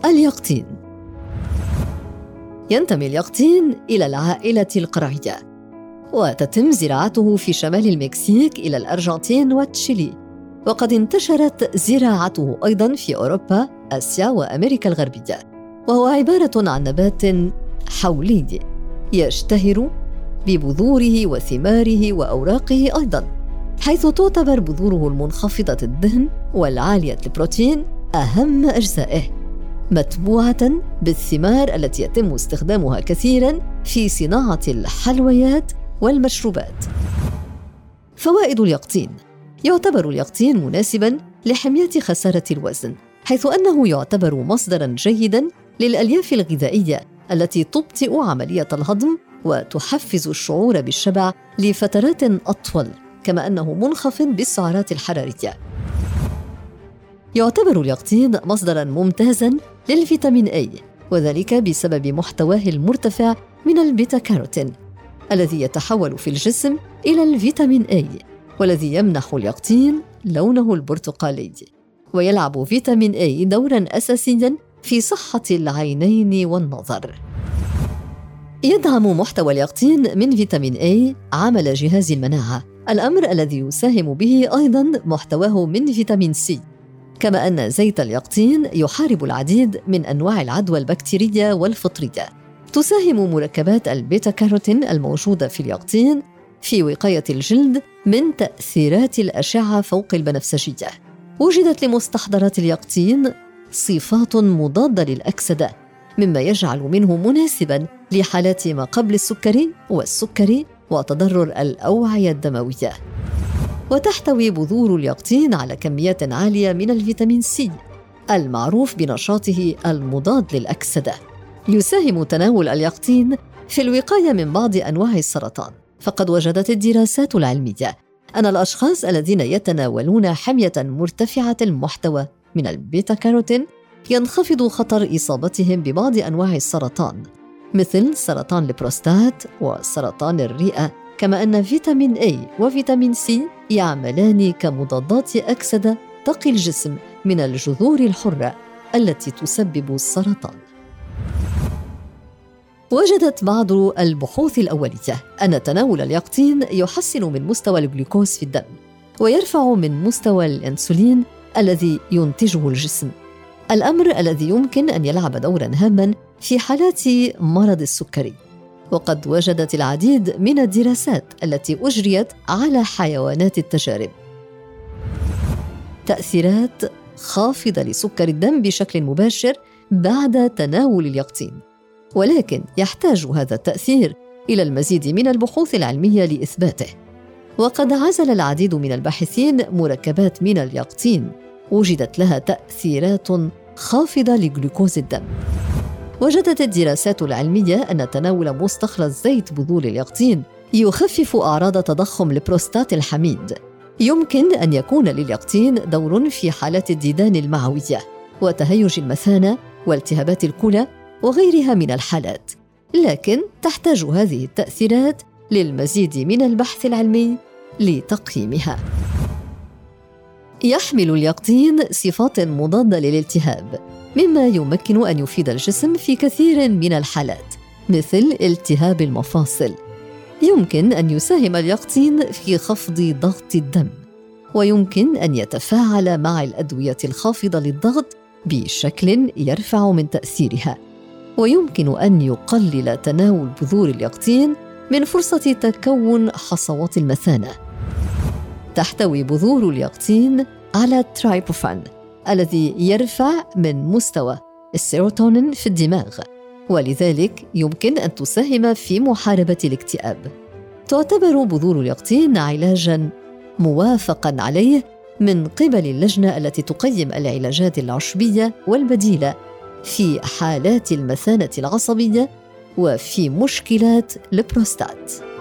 اليقطين. ينتمي اليقطين إلى العائلة القرعية، وتتم زراعته في شمال المكسيك إلى الأرجنتين وتشيلي، وقد انتشرت زراعته أيضاً في أوروبا، آسيا وأمريكا الغربية. وهو عبارة عن نبات حولي يشتهر ببذوره وثماره وأوراقه أيضاً، حيث تعتبر بذوره المنخفضة الدهن والعالية البروتين أهم أجزائه، متبوعة بالثمار التي يتم استخدامها كثيراً في صناعة الحلويات والمشروبات. فوائد اليقطين: يعتبر اليقطين مناسباً لحماية خسارة الوزن، حيث أنه يعتبر مصدراً جيداً للألياف الغذائية التي تبطئ عملية الهضم وتحفز الشعور بالشبع لفترات أطول، كما أنه منخفض بالسعرات الحرارية. يعتبر اليقطين مصدراً ممتازاً للفيتامين A، وذلك بسبب محتواه المرتفع من البيتا كاروتين الذي يتحول في الجسم إلى الفيتامين A، والذي يمنح اليقطين لونه البرتقالي. ويلعب فيتامين A دوراً أساسياً في صحة العينين والنظر. يدعم محتوى اليقطين من فيتامين A عمل جهاز المناعة، الأمر الذي يساهم به أيضاً محتواه من فيتامين C، كما أن زيت اليقطين يحارب العديد من أنواع العدوى البكتيرية والفطرية. تساهم مركبات البيتا كاروتين الموجودة في اليقطين في وقاية الجلد من تأثيرات الأشعة فوق البنفسجية. وجدت لمستحضرات اليقطين صفات مضادة للأكسدة، مما يجعل منه مناسباً لحالات ما قبل السكري والسكري وتضرر الأوعية الدموية. وتحتوي بذور اليقطين على كميات عالية من الفيتامين C المعروف بنشاطه المضاد للأكسدة. يساهم تناول اليقطين في الوقاية من بعض أنواع السرطان، فقد وجدت الدراسات العلمية أن الأشخاص الذين يتناولون حمية مرتفعة المحتوى من البيتا كاروتين ينخفض خطر إصابتهم ببعض أنواع السرطان، مثل سرطان البروستات وسرطان الرئة، كما أن فيتامين A وفيتامين C يعملان كمضادات أكسدة تقي الجسم من الجذور الحرة التي تسبب السرطان. وجدت بعض البحوث الأولية أن تناول اليقطين يحسن من مستوى الجلوكوز في الدم، ويرفع من مستوى الأنسولين الذي ينتجه الجسم، الأمر الذي يمكن أن يلعب دوراً هاماً في حالات مرض السكري. وقد وجدت العديد من الدراسات التي أجريت على حيوانات التجارب تأثيرات خافضة لسكر الدم بشكل مباشر بعد تناول اليقطين، ولكن يحتاج هذا التأثير إلى المزيد من البحوث العلمية لإثباته. وقد عزل العديد من الباحثين مركبات من اليقطين وجدت لها تأثيرات خافضة لجلوكوز الدم. وجدت الدراسات العلمية أن تناول مستخلص زيت بذور اليقطين يخفف أعراض تضخم البروستات الحميد. يمكن أن يكون لليقطين دور في حالات الديدان المعوية وتهيج المثانة والتهابات الكلى وغيرها من الحالات، لكن تحتاج هذه التأثيرات للمزيد من البحث العلمي لتقييمها. يحمل اليقطين صفات مضادة للالتهاب، مما يمكن أن يفيد الجسم في كثير من الحالات مثل التهاب المفاصل. يمكن أن يساهم اليقطين في خفض ضغط الدم، ويمكن أن يتفاعل مع الأدوية الخافضة للضغط بشكل يرفع من تأثيرها. ويمكن أن يقلل تناول بذور اليقطين من فرصة تكون حصوات المثانة. تحتوي بذور اليقطين على الترايبوفان الذي يرفع من مستوى السيروتونين في الدماغ، ولذلك يمكن أن تساهم في محاربة الاكتئاب. تعتبر بذور اليقطين علاجاً موافقاً عليه من قبل اللجنة التي تقيم العلاجات العشبية والبديلة في حالات المثانة العصبية وفي مشكلات البروستات.